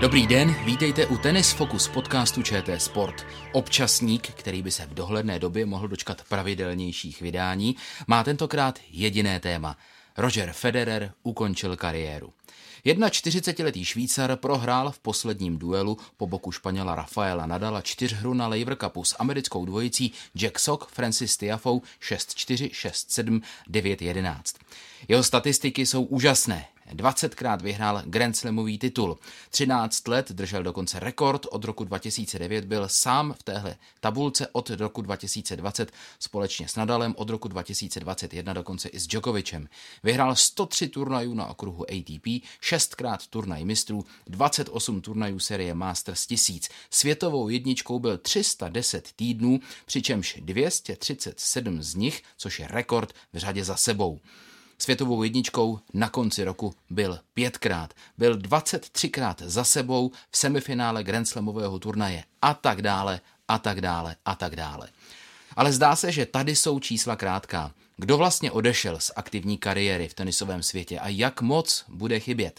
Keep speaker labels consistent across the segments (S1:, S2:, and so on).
S1: Dobrý den, vítejte u Tennis Focus podcastu ČT Sport. Občasník, který by se v dohledné době mohl dočkat pravidelnějších vydání, má tentokrát jediné téma. Roger Federer ukončil kariéru. 41letý Švýcar prohrál v posledním duelu po boku Španěla Rafaela Nadala 4hru na Laver Cupu s americkou dvojicí Jack Sock Frances Tiafoe 6-4, 6-7, 9-11. Jeho statistiky jsou úžasné. 20krát vyhrál Grand Slamový titul. 13 let držel dokonce rekord, od roku 2009 byl sám v téhle tabulce, od roku 2020 společně s Nadalem, od roku 2021 dokonce i s Djokovicem. Vyhrál 103 turnajů na okruhu ATP, 6krát turnaj mistrů, 28 turnajů série Masters 1000. Světovou jedničkou byl 310 týdnů, přičemž 237 z nich, což je rekord, v řadě za sebou. Světovou jedničkou na konci roku byl 5krát. Byl 23krát za sebou v semifinále Grand Slamového turnaje a tak dále, a tak dále, a tak dále. Ale zdá se, že tady jsou čísla krátká. Kdo vlastně odešel z aktivní kariéry v tenisovém světě a jak moc bude chybět?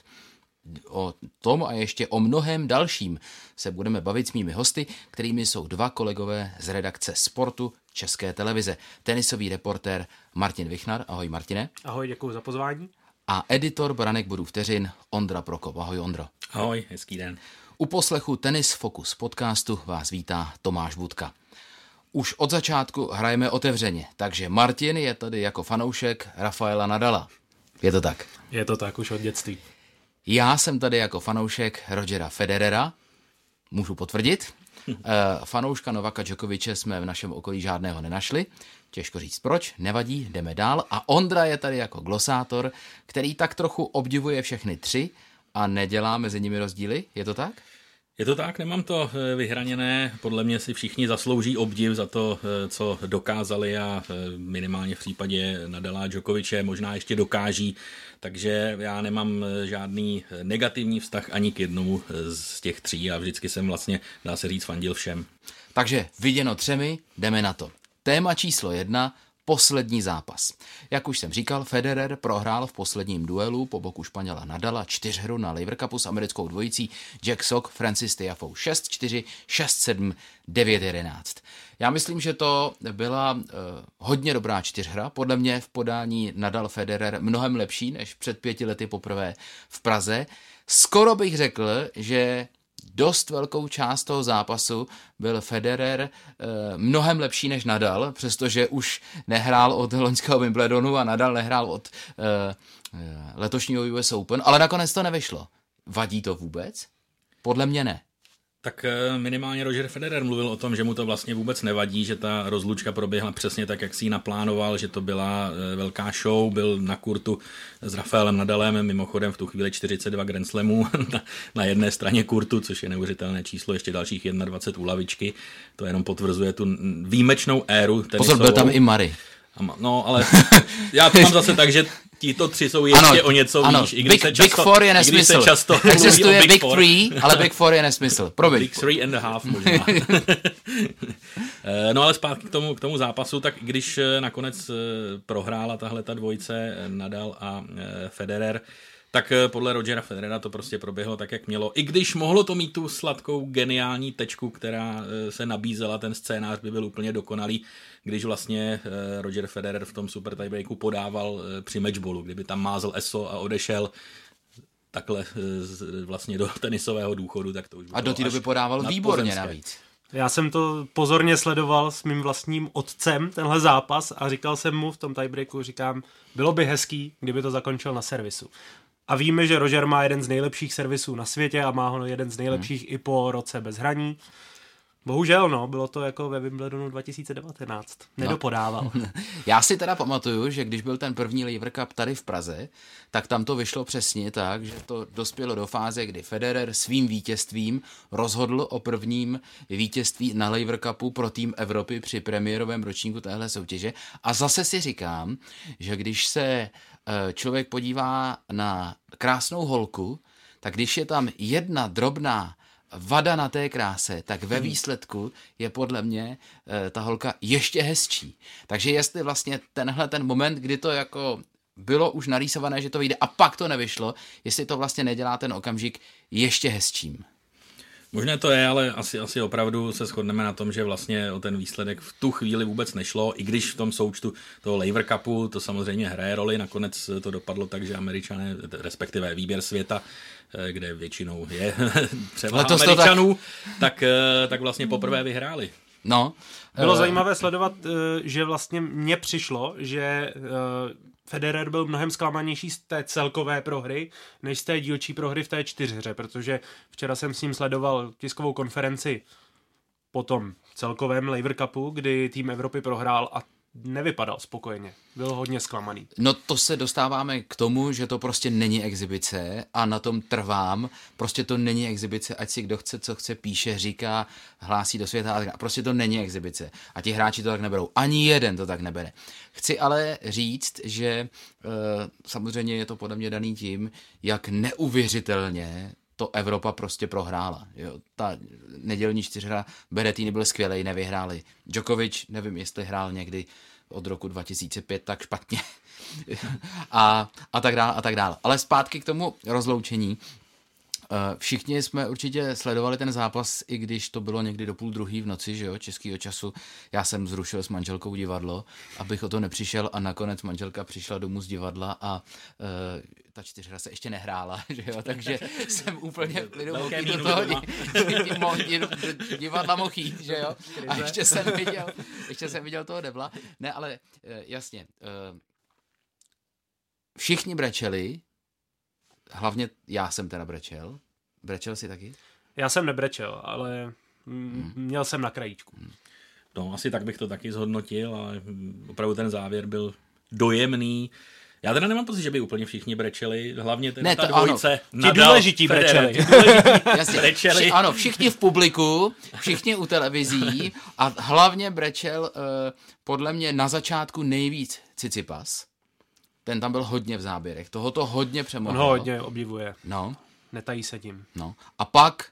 S1: O tom a ještě o mnohem dalším se budeme bavit s mými hosty, kterými jsou dva kolegové z redakce Sportu České televize. Tenisový reportér Martin Vichnar. Ahoj Martine.
S2: Ahoj, děkuji za pozvání.
S1: A editor Branek bodů vteřin Ondra Prokop. Ahoj Ondro.
S3: Ahoj, hezký den.
S1: U poslechu Tennis Focus podcastu vás vítá Tomáš Budka. Už od začátku hrajeme otevřeně, takže Martin je tady jako fanoušek Rafaela Nadala. Je to tak?
S2: Je to tak už od dětství.
S1: Já jsem tady jako fanoušek Rogera Federera, můžu potvrdit. Fanouška Novaka Djokoviče jsme v našem okolí žádného nenašli. Těžko říct proč, nevadí, jdeme dál. A Ondra je tady jako glosátor, který tak trochu obdivuje všechny tři a nedělá mezi nimi rozdíly. Je to tak?
S3: Je to tak, nemám to vyhraněné. Podle mě si všichni zaslouží obdiv za to, co dokázali a minimálně v případě Nadala a Djokoviče možná ještě dokáží. Takže já nemám žádný negativní vztah ani k jednomu z těch tří a vždycky jsem vlastně, dá se říct, fandil všem.
S1: Takže viděno třemi, jdeme na to. Téma číslo 1. Poslední zápas. Jak už jsem říkal, Federer prohrál v posledním duelu po boku Španěla Nadala 4hru na Laver Cupu s americkou dvojicí Jack Sock Frances Tiafoe 6-4, 6-7, 9-11. Já myslím, že to byla hodně dobrá 4hra. Podle mě v podání Nadal Federer mnohem lepší než před 5 lety poprvé v Praze. Skoro bych řekl, že dost velkou část toho zápasu byl Federer mnohem lepší než Nadal, přestože už nehrál od loňského Wimbledonu a Nadal nehrál od letošního US Open, ale nakonec to nevyšlo. Vadí to vůbec? Podle mě ne.
S3: Tak minimálně Roger Federer mluvil o tom, že mu to vlastně vůbec nevadí, že ta rozlučka proběhla přesně tak, jak si ji naplánoval, že to byla velká show, byl na kurtu s Rafaelem Nadalem, mimochodem v tu chvíli 42 Grand Slamů na jedné straně kurtu, což je neuvěřitelné číslo, ještě dalších 21 u lavičky, to jenom potvrzuje tu výjimečnou éru tenisovou.
S1: Pozor, byl tam i Murray.
S3: No, ale já to mám zase tak, že tito tři jsou ještě o něco výš.
S1: I když Big Four je nesmysl. Existuje Big Three, ale Big Four je nesmysl.
S3: Big 3.5 možná. No ale zpátky k tomu zápasu, tak když nakonec prohrála tahle ta dvojice Nadal a Federer, tak podle Rogera Federera to prostě proběhlo tak, jak mělo. I když mohlo to mít tu sladkou geniální tečku, která se nabízela, ten scénář by byl úplně dokonalý, když vlastně Roger Federer v tom super tiebreaku podával při matchballu, kdyby tam mázl ESO a odešel takhle vlastně do tenisového důchodu, tak to už
S1: a do té doby podával výborně navíc.
S2: Já jsem to pozorně sledoval s mým vlastním otcem, tenhle zápas, a říkal jsem mu v tom tiebreaku, říkám, bylo by hezký, kdyby to zakončil na servisu. A víme, že Roger má jeden z nejlepších servisů na světě a má ho jeden z nejlepších i po roce bez hraní. Bohužel, bylo to jako ve Wimbledonu 2019. Nedopodával.
S1: Já si teda pamatuju, že když byl ten první Laver Cup tady v Praze, tak tam to vyšlo přesně tak, že to dospělo do fáze, kdy Federer svým vítězstvím rozhodl o prvním vítězství na Laver Cupu pro tým Evropy při premiérovém ročníku téhle soutěže. A zase si říkám, že když se člověk podívá na krásnou holku, tak když je tam jedna drobná vada na té kráse, tak ve výsledku je podle mě ta holka ještě hezčí. Takže jestli vlastně tenhle ten moment, kdy to jako bylo už narýsované, že to vyjde a pak to nevyšlo, jestli to vlastně nedělá ten okamžik ještě hezčím.
S3: Možná to je, ale asi opravdu se shodneme na tom, že vlastně o ten výsledek v tu chvíli vůbec nešlo, i když v tom součtu toho Laver Cupu to samozřejmě hraje roli, nakonec to dopadlo tak, že Američané, respektive výběr světa, kde většinou je převaha Američanů, tak vlastně poprvé vyhráli.
S2: No, bylo zajímavé sledovat, že vlastně mně přišlo, že Federer byl mnohem zklamanější z té celkové prohry, než z té dílčí prohry v té 4hře, protože včera jsem s ním sledoval tiskovou konferenci po tom celkovém Laver Cupu, kdy tým Evropy prohrál a nevypadal spokojeně. Byl hodně zklamaný.
S1: No to se dostáváme k tomu, že to prostě není exibice a na tom trvám. Prostě to není exibice, ať si kdo chce, co chce, píše, říká, hlásí do světa. A prostě to není exibice. A ti hráči to tak neberou. Ani jeden to tak nebere. Chci ale říct, že samozřejmě je to podle mě daný tím, jak neuvěřitelně to Evropa prostě prohrála. Jo, ta nedělní 4hra, Berrettini byl skvělej, nevyhráli. Djokovic, nevím, jestli hrál někdy od roku 2005 tak špatně. a tak dále, a tak dále. Ale zpátky k tomu rozloučení. Všichni jsme určitě sledovali ten zápas, i když to bylo někdy do 1:30 v noci, že jo, českýho času. Já jsem zrušil s manželkou divadlo, abych o to nepřišel a nakonec manželka přišla domů z divadla a ta 4hra se ještě nehrála, že jo, takže jsem úplně v klidu do toho divadla mohl jít, že jo, a ještě jsem viděl toho Devla. Ne, ale jasně, všichni brečeli, hlavně já jsem teda brečel. Brečel jsi taky?
S2: Já jsem nebrečel, ale měl jsem na krajíčku.
S3: No, asi tak bych to taky zhodnotil, ale opravdu ten závěr byl dojemný. Já teda nemám pocit, že by úplně všichni brečeli, hlavně teda ta dvojice.
S2: Ti důležití brečeli.
S1: brečeli. Ano, všichni v publiku, všichni u televizí a hlavně brečel podle mě na začátku nejvíc Tsitsipas. Ten tam byl hodně v záběrech, toho to hodně přemohlo.
S2: On ho hodně obdivuje.
S1: No.
S2: Netají se tím.
S1: No. A pak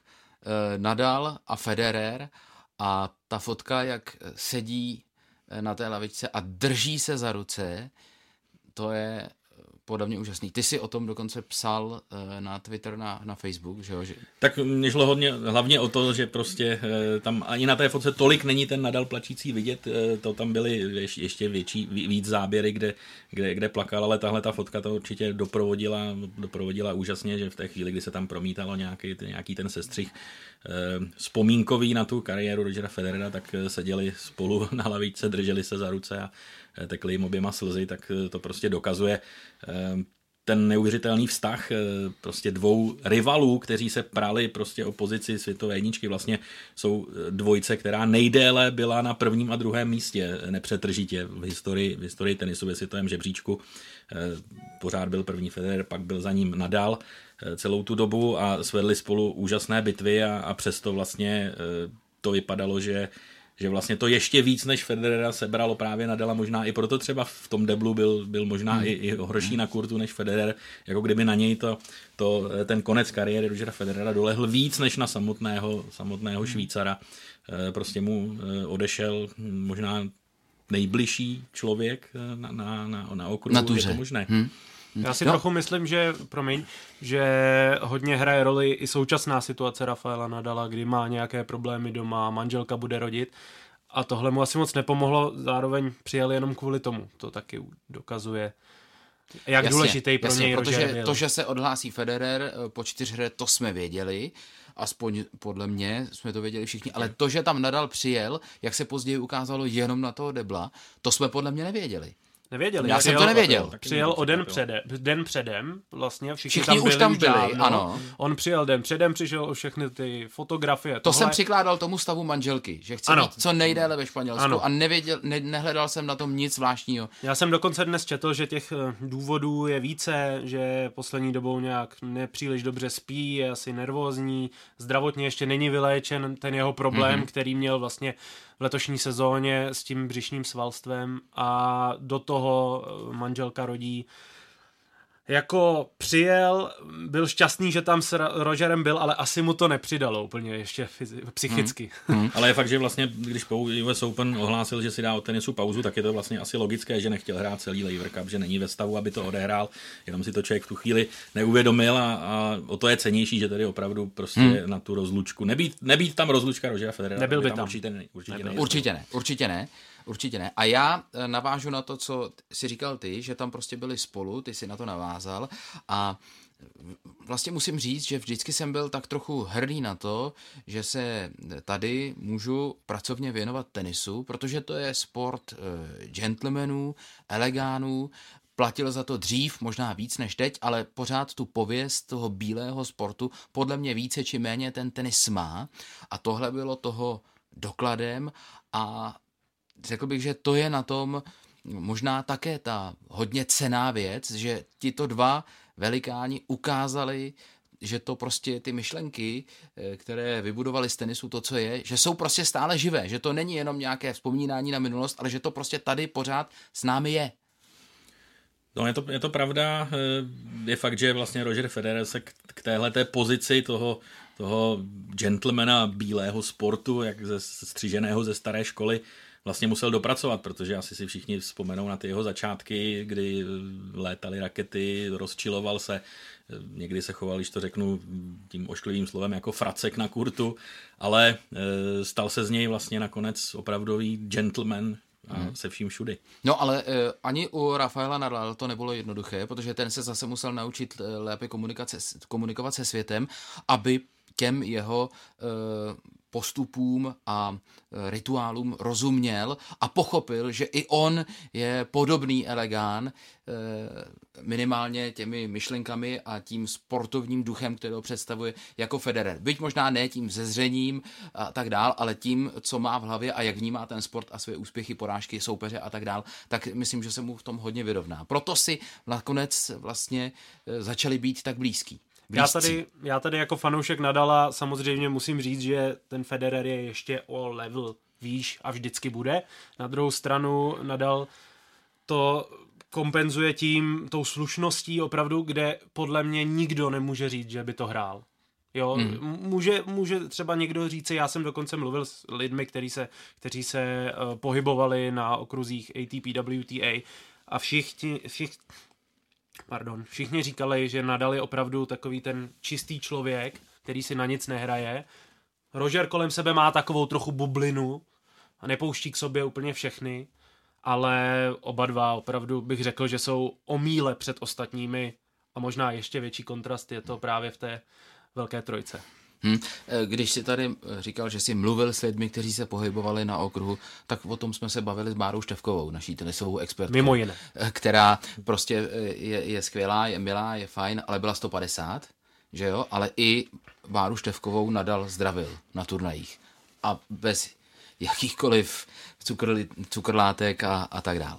S1: Nadal a Federer a ta fotka, jak sedí na té lavičce a drží se za ruce, to je podle mě úžasný. Ty jsi o tom dokonce psal na Twitter, na Facebook, že jo?
S3: Tak mě šlo hlavně o to, že prostě tam ani na té fotce tolik není ten Nadal plačící vidět, to tam byly ještě víc záběry, kde plakal, ale tahle ta fotka to určitě doprovodila úžasně, že v té chvíli, kdy se tam promítalo nějaký ten sestřih vzpomínkový na tu kariéru Rogera Federera, tak seděli spolu na lavičce, drželi se za ruce a tekly jim oběma slzy, tak to prostě dokazuje ten neuvěřitelný vztah prostě dvou rivalů, kteří se prali prostě o pozici světové jedničky. Vlastně jsou dvojice, která nejdéle byla na prvním a druhém místě nepřetržitě v historii tenisu ve světovém žebříčku. Pořád byl první Federer, pak byl za ním Nadal celou tu dobu a svedli spolu úžasné bitvy a přesto vlastně to vypadalo, že vlastně to ještě víc než Federera sebralo právě Nadala, možná i proto třeba v tom deblu byl možná i horší na kurtu než Federer, jako kdyby na něj ten konec kariéry Rogera Federera dolehl víc než na samotného Švýcara. Prostě mu odešel možná nejbližší člověk na okruhu,
S1: na tuře.
S3: Je to možné.
S2: Já si trochu myslím, že hodně hraje roli i současná situace Rafaela Nadala, kdy má nějaké problémy doma, manželka bude rodit a tohle mu asi moc nepomohlo, zároveň přijel jenom kvůli tomu. To taky dokazuje, jak důležitý pro něj Roger byl.
S1: To, že se odhlásí Federer po 4hře, to jsme věděli, aspoň podle mě jsme to věděli všichni, ale to, že tam Nadal přijel, jak se později ukázalo jenom na toho debla, to jsme podle mě nevěděli.
S2: Nevěděli.
S1: Já jsem to nevěděl.
S2: Přijel o den předem, vlastně všichni tam
S1: už tam byli, dávno. Ano.
S2: On přijel den předem, přišel o všechny ty fotografie.
S1: To jsem přikládal tomu stavu manželky, že chci být co nejdéle ve Španělsku a nehledal jsem na tom nic zvláštního.
S2: Já jsem dokonce dnes četl, že těch důvodů je více, že poslední dobou nějak nepříliš dobře spí, je asi nervózní, zdravotně ještě není vyléčen ten jeho problém, který měl vlastně v letošní sezóně s tím břišním svalstvem a do toho manželka rodí. jako přijel, byl šťastný, že tam s Rogerem byl, ale asi mu to nepřidalo úplně ještě psychicky.
S3: Ale je fakt, že vlastně, když US Open ohlásil, že si dá od tenisu pauzu, tak je to vlastně asi logické, že nechtěl hrát celý Laver Cup, že není ve stavu, aby to odehrál, jenom si to člověk v tu chvíli neuvědomil a o to je cennější, že tady opravdu prostě na tu rozlučku. Nebýt tam rozlučka Rogera Federera.
S2: Nebyl by tam.
S1: Určitě ne. A já navážu na to, co si říkal ty, že tam prostě byli spolu, ty si na to navázal a vlastně musím říct, že vždycky jsem byl tak trochu hrdý na to, že se tady můžu pracovně věnovat tenisu, protože to je sport gentlemanů, elegánů, platil za to dřív, možná víc než teď, ale pořád tu pověst toho bílého sportu podle mě více či méně ten tenis má a tohle bylo toho dokladem a řekl bych, že to je na tom možná také ta hodně cenná věc, že tito dva velikáni ukázali, že to prostě ty myšlenky, které vybudovali z tenisu to, co je, že jsou prostě stále živé, že to není jenom nějaké vzpomínání na minulost, ale že to prostě tady pořád s námi je.
S3: No, je to pravda. Je fakt, že vlastně Roger Federer se k téhleté pozici toho gentlemana bílého sportu, jak střiženého ze staré školy, vlastně musel dopracovat, protože asi si všichni vzpomenou na ty jeho začátky, kdy létaly rakety, rozčiloval se, někdy se choval, když to řeknu tím ošklivým slovem, jako fracek na kurtu, ale stal se z něj vlastně nakonec opravdový gentleman a se vším všudy.
S1: No ale ani u Rafaela Nadala to nebylo jednoduché, protože ten se zase musel naučit lépe komunikovat se světem, aby těm jeho postupům a rituálům rozuměl a pochopil, že i on je podobný elegán minimálně těmi myšlenkami a tím sportovním duchem, který ho představuje jako Federer. Byť možná ne tím zezřením a tak dál, ale tím, co má v hlavě a jak vnímá ten sport a své úspěchy, porážky, soupeře a tak dál, tak myslím, že se mu v tom hodně vyrovná. Proto si nakonec vlastně začali být tak blízký.
S2: Já tady jako fanoušek Nadala samozřejmě musím říct, že ten Federer je ještě o level výš a vždycky bude. Na druhou stranu Nadal to kompenzuje tou slušností opravdu, kde podle mě nikdo nemůže říct, že by to hrál. Jo, může třeba někdo říci, já jsem dokonce mluvil s lidmi, kteří se pohybovali na okruzích ATP, WTA a všichni říkali, že Nadal je opravdu takový ten čistý člověk, který si na nic nehraje. Roger kolem sebe má takovou trochu bublinu a nepouští k sobě úplně všechny, ale oba dva opravdu bych řekl, že jsou o míle před ostatními a možná ještě větší kontrast je to právě v té velké trojce.
S1: Když si tady říkal, že jsi mluvil s lidmi, kteří se pohybovali na okruhu, tak o tom jsme se bavili s Bárou Števkovou, naší tenisovou expertkou.
S2: Mimo jiné.
S1: Která prostě je skvělá, je milá, je fajn, ale byla 150, že jo? Ale i Báru Števkovou Nadal zdravil na turnajích. A bez jakýchkoliv cukrlátek a tak dál.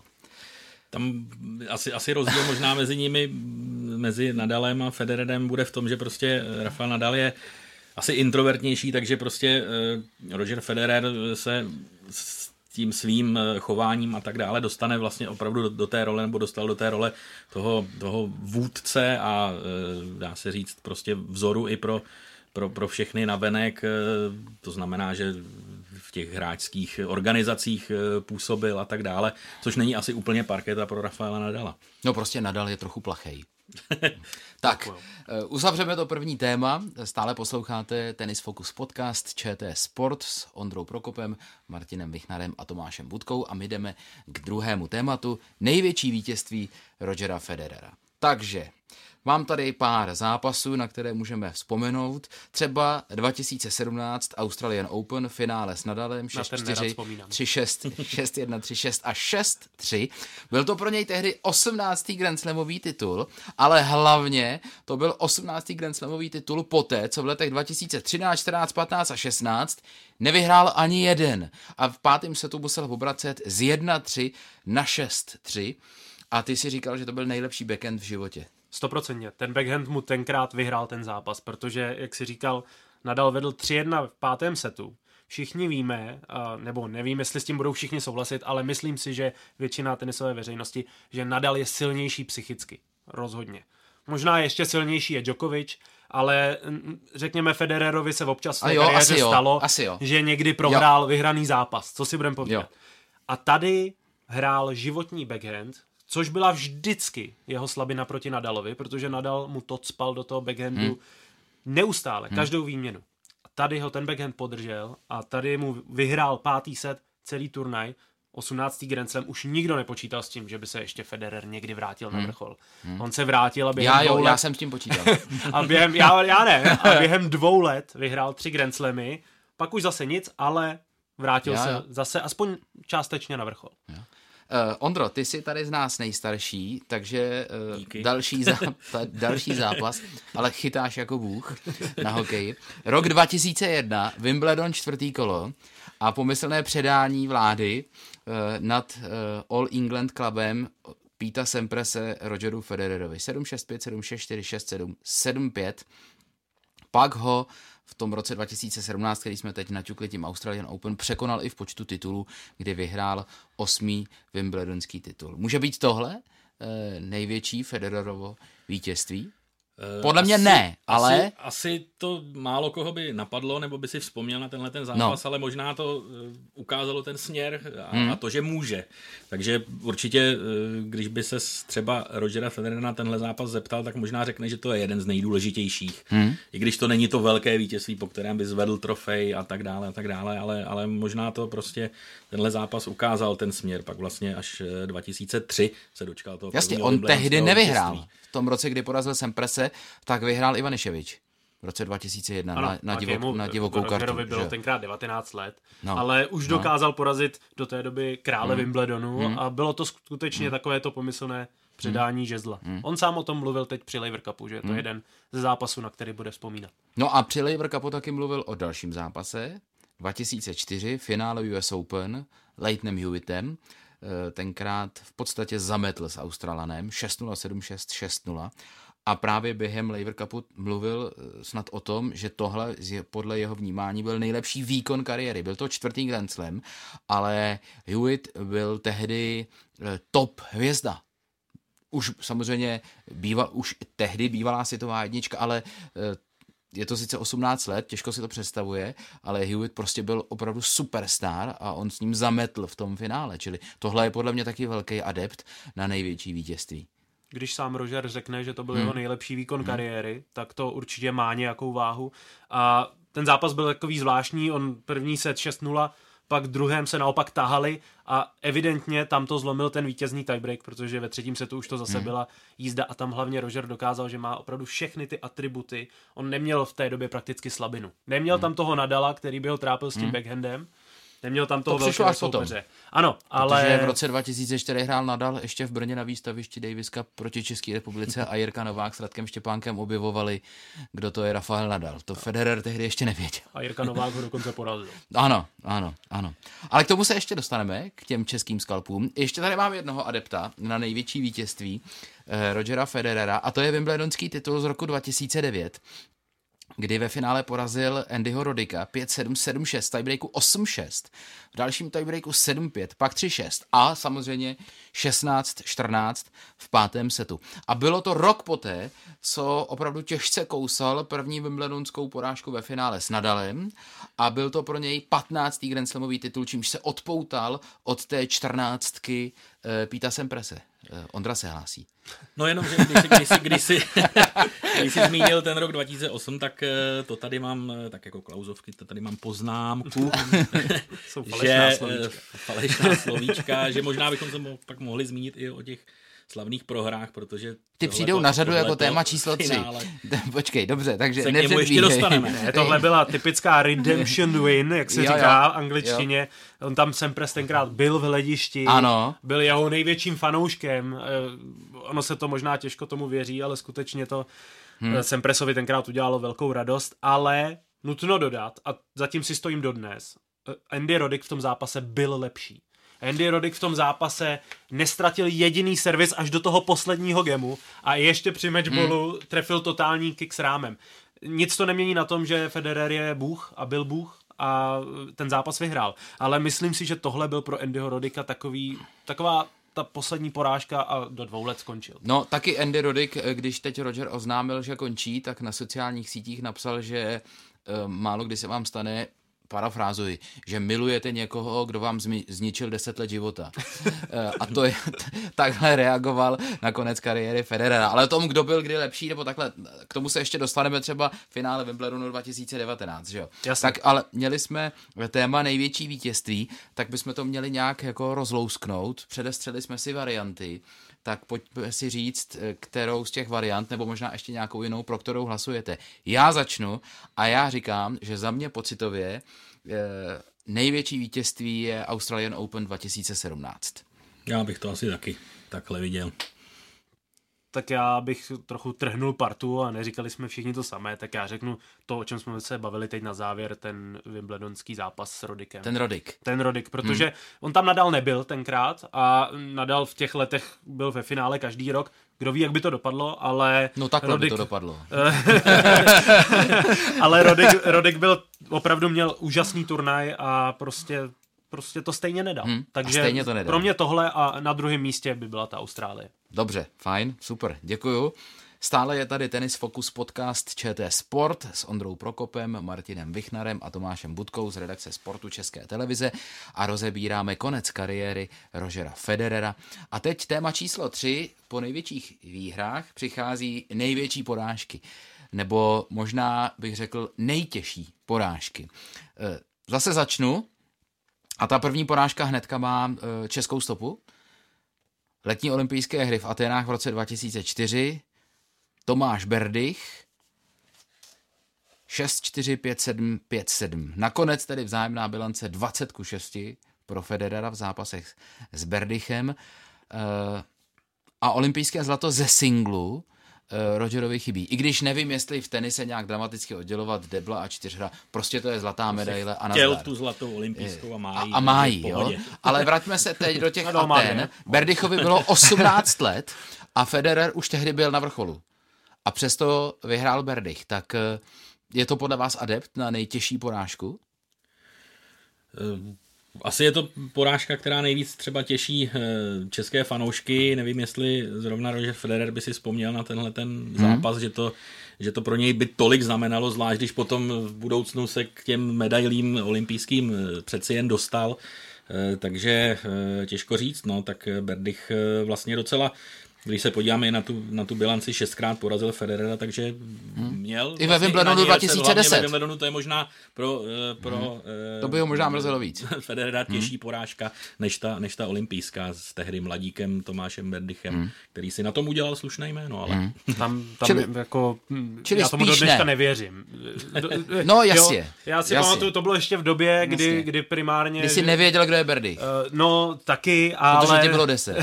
S3: Tam asi rozdíl možná mezi nimi, mezi Nadalem a Federerem bude v tom, že prostě Rafael Nadal je asi introvertnější, takže prostě Roger Federer se s tím svým chováním a tak dále dostane vlastně opravdu do té role, nebo dostal do té role toho vůdce a dá se říct prostě vzoru i pro všechny navenek. To znamená, že v těch hráčských organizacích působil a tak dále, což není asi úplně parketa pro Rafaela Nadala.
S1: No prostě Nadal je trochu plachej. Tak, uzavřeme to první téma. Stále posloucháte Tennis Focus podcast ČT Sport s Ondrou Prokopem, Martinem Vichnarem a Tomášem Budkou a my jdeme k druhému tématu. Největší vítězství Rogera Federera. Takže mám tady pár zápasů, na které můžeme vzpomenout. Třeba 2017 Australian Open, finále s Nadalem 6-4, 3-6, 6-1, 3-6 a 6-3. Byl to pro něj tehdy 18. Grand Slamový titul, ale hlavně to byl 18. Grand Slamový titul poté, co v letech 2013, 14, 15 a 16 nevyhrál ani jeden. A v pátém setu musel obracet z 1-3 na 6-3. A ty si říkal, že to byl nejlepší backhand v životě.
S2: 100%. Ten backhand mu tenkrát vyhrál ten zápas, protože, jak si říkal, Nadal vedl 3-1 v pátém setu. Všichni víme, nebo nevím, jestli s tím budou všichni souhlasit, ale myslím si, že většina tenisové veřejnosti, že Nadal je silnější psychicky. rozhodně. Možná ještě silnější je Djokovic, ale řekněme Federerovi se občas v té kariéře stalo, že někdy prohrál vyhraný zápas, co si budeme povídat. A tady hrál životní backhand, což byla vždycky jeho slabina proti Nadalovi, protože Nadal mu to cpal do toho backhandu neustále, každou výměnu. A tady ho ten backhand podržel a tady mu vyhrál 5. set, celý turnaj, 18. Grand Slam, už nikdo nepočítal s tím, že by se ještě Federer někdy vrátil na vrchol. On se vrátil a během
S1: já jsem s tím počítal.
S2: A během 2 let vyhrál 3 Grand Slamy, pak už zase nic, ale vrátil se zase aspoň částečně na vrchol.
S1: Ondro, ty jsi tady z nás nejstarší, takže další zápas, ale chytáš jako bůh na hokeji. Rok 2001, Wimbledon 4. kolo a pomyslné předání vlády nad All England Clubem Peta Samprase Rogeru Federerovi. 7-6-5, 7-6-4, 6-7, 7-5. Pak ho v tom roce 2017, který jsme teď naťukli tím Australian Open, překonal i v počtu titulů, kdy vyhrál 8. Wimbledonský titul. Může být tohle největší Federerovo vítězství? Podle mě ne, ale...
S3: Asi to málo koho by napadlo, nebo by si vzpomněl na tenhle ten zápas, ale možná to ukázalo ten směr a to, že může. Takže určitě, když by se třeba Rogera Federera na tenhle zápas zeptal, tak možná řekne, že to je jeden z nejdůležitějších. I když to není to velké vítězství, po kterém by zvedl trofej a tak dále, ale možná to prostě tenhle zápas ukázal ten směr. Pak vlastně až 2003 se dočkal toho.
S1: Jasně, on tehdy nevyhrál. V tom roce, kdy porazil Samprase, tak vyhrál Ivaniševič v roce 2001
S2: ano,
S1: na divokou kartu.
S2: Rogerovi bylo tenkrát 19 let, ale už dokázal porazit do té doby krále Wimbledonu a bylo to skutečně takové to pomyslné předání žezla. On sám o tom mluvil teď při Laver Cupu, že je to jeden ze zápasů, na který bude vzpomínat.
S1: No a při Laver Cupu taky mluvil o dalším zápase, 2004, finále US Open, Lleytonem Hewittem, tenkrát v podstatě zametl s Australanem 6-0, 7-6, 6-0 a právě během Laver Cupu mluvil snad o tom, že tohle podle jeho vnímání byl nejlepší výkon kariéry. Byl to 4. Grand Slam, ale Hewitt byl tehdy top hvězda. Už samozřejmě už tehdy bývalá světová jednička, ale je to sice 18 let, těžko si to představuje, ale Hewitt prostě byl opravdu superstar a on s ním zametl v tom finále, čili tohle je podle mě taky velký adept na největší vítězství.
S2: Když sám Roger řekne, že to byl jeho nejlepší výkon kariéry, tak to určitě má nějakou váhu. A ten zápas byl takový zvláštní, on první set 6-0, pak druhém se naopak tahali a evidentně tam to zlomil ten vítězný tiebreak, protože ve 3. setu už to zase byla jízda a tam hlavně Roger dokázal, že má opravdu všechny ty atributy. On neměl v té době prakticky slabinu. Neměl tam toho Nadala, který by ho trápil s tím backhandem. Neměl tam toho velkého soupeře. Ano, ale...
S1: Protože v roce 2004 hrál Nadal ještě v Brně na výstavišti Davis Cup proti České republice a Jirka Novák s Radkem Štěpánkem objevovali, kdo to je Rafael Nadal. To Federer tehdy ještě nevěděl.
S2: A Jirka Novák ho dokonce porazil.
S1: Ano. Ale k tomu se ještě dostaneme, k těm českým skalpům. Ještě tady mám jednoho adepta na největší vítězství Rogera Federera a to je Wimbledonský titul z roku 2009. Kdy ve finále porazil Andyho Rodicka 5-7, 7-6, tiebreaku 8-6, v dalším tiebreaku 7-5, pak 3-6 a samozřejmě 16-14 v 5. setu. A bylo to rok poté, co opravdu těžce kousal první wimbledonskou porážku ve finále s Nadalem a byl to pro něj 15. Grand Slamový titul, čímž se odpoutal od té 14. Peta Samprase. Ondra se hlásí.
S3: No jenom, že když jsi zmínil ten rok 2008, tak to tady mám, tak jako klauzovky, to tady mám poznámku, že falešná slovíčka, že možná bychom se pak mohli zmínit i o těch slavných prohrách, protože...
S1: Ty přijdou na řadu jako téma číslo 3. Počkej, dobře, takže
S3: nepředbíhej. Ještě dostaneme.
S2: Ne, tohle byla typická redemption win, jak se říká v angličtině. On tam Sampras tenkrát byl v hledišti, byl jeho největším fanouškem. Ono se to možná těžko tomu věří, ale skutečně to Samprasovi tenkrát udělalo velkou radost, ale nutno dodat, a zatím si stojím dodnes, Andy Roddick v tom zápase byl lepší. Andy Roddick v tom zápase nestratil jediný servis až do toho posledního gemu a ještě při matchballu trefil totální kick s rámem. Nic to nemění na tom, že Federer je bůh a byl bůh a ten zápas vyhrál. Ale myslím si, že tohle byl pro Andyho Roddicka taková ta poslední porážka a do 2 let skončil.
S1: No, taky Andy Roddick, když teď Roger oznámil, že končí, tak na sociálních sítích napsal, že málo kdy se vám stane, parafrázuji, že milujete někoho, kdo vám zničil 10 let života. A to je, takhle reagoval na konec kariéry Federera. Ale tomu, kdo byl kdy lepší, nebo takhle, k tomu se ještě dostaneme třeba v finále Wimbledonu 2019, že jo?
S2: Jasně.
S1: Tak ale měli jsme téma největší vítězství, tak bychom to měli nějak jako rozlousknout. Předestřeli jsme si varianty, tak pojďme si říct, kterou z těch variant, nebo možná ještě nějakou jinou, pro kterou hlasujete. Já začnu a já říkám, že za mě pocitově největší vítězství je Australian Open 2017.
S3: Já bych to asi taky takhle viděl.
S2: Tak já bych trochu trhnul partu a neříkali jsme všichni to samé, tak já řeknu to, o čem jsme se bavili teď na závěr, ten wimbledonský zápas s Rodickem. Ten Roddick, protože on tam Nadal nebyl tenkrát a Nadal v těch letech byl ve finále každý rok. Kdo ví, jak by to dopadlo, ale...
S1: No takhle by to dopadlo.
S2: Ale Roddick opravdu měl úžasný turnaj a prostě to stejně nedal. Takže
S1: stejně to nedal.
S2: Pro mě tohle a na druhém místě by byla ta Austrálie.
S1: Dobře, fajn, super, děkuju. Stále je tady Tennis Focus podcast ČT Sport s Ondrou Prokopem, Martinem Vichnarem a Tomášem Budkou z redakce Sportu České televize a rozebíráme konec kariéry Rogera Federera. A teď téma číslo 3. Po největších výhrách přichází největší porážky. Nebo možná bych řekl nejtěžší porážky. Zase začnu. A ta první porážka hnedka má českou stopu. Letní olympijské hry v Aténách v roce 2004. Tomáš Berdych 6-4, 5-7, 5-7. Nakonec tedy vzájemná bilance 20-6 pro Federera v zápasech s Berdychem. A olympijské zlato ze singlu Rogerovi chybí. I když nevím, jestli v tenise nějak dramaticky oddělovat debla a čtyřhra, prostě to je zlatá medaile a nazdar.
S3: Chtěl tu zlatou olympijskou a má jí.
S1: A má jí, jo. Ale vraťme se teď do těch Atén. Berdychovi bylo 18 let a Federer už tehdy byl na vrcholu. A přesto vyhrál Berdych. Tak je to podle vás adept na nejtěžší porážku?
S3: Asi je to porážka, která nejvíc třeba těší české fanoušky. Nevím, jestli zrovna Roger Federer by si vzpomněl na tenhle ten zápas, že to pro něj by tolik znamenalo, zvlášť když potom v budoucnu se k těm medailím olympijským přeci jen dostal. Takže těžko říct, no, tak Berdych vlastně docela, když se podíváme na tu bilanci, 6krát porazil Federera,
S1: I
S3: takže
S1: ve
S3: vlastně
S1: Wimbledonu 2010.
S3: Ve Wimbledonu to je možná pro
S1: to by ho možná mrzelo víc.
S3: Federera těžší porážka než ta olympijská s tehdy mladíkem Tomášem Berdychem, který si na tom udělal slušné jméno, ale
S2: tam
S1: čili,
S2: jako
S1: čili
S2: já tomu do dneška nevěřím.
S1: No jasně.
S2: Jo, já si pamatuju, to bylo ještě v době, kdy primárně...
S1: Kdy jsi nevěděl, kdo je Berdych.
S2: No taky, ale...
S1: Protože ti bylo 10.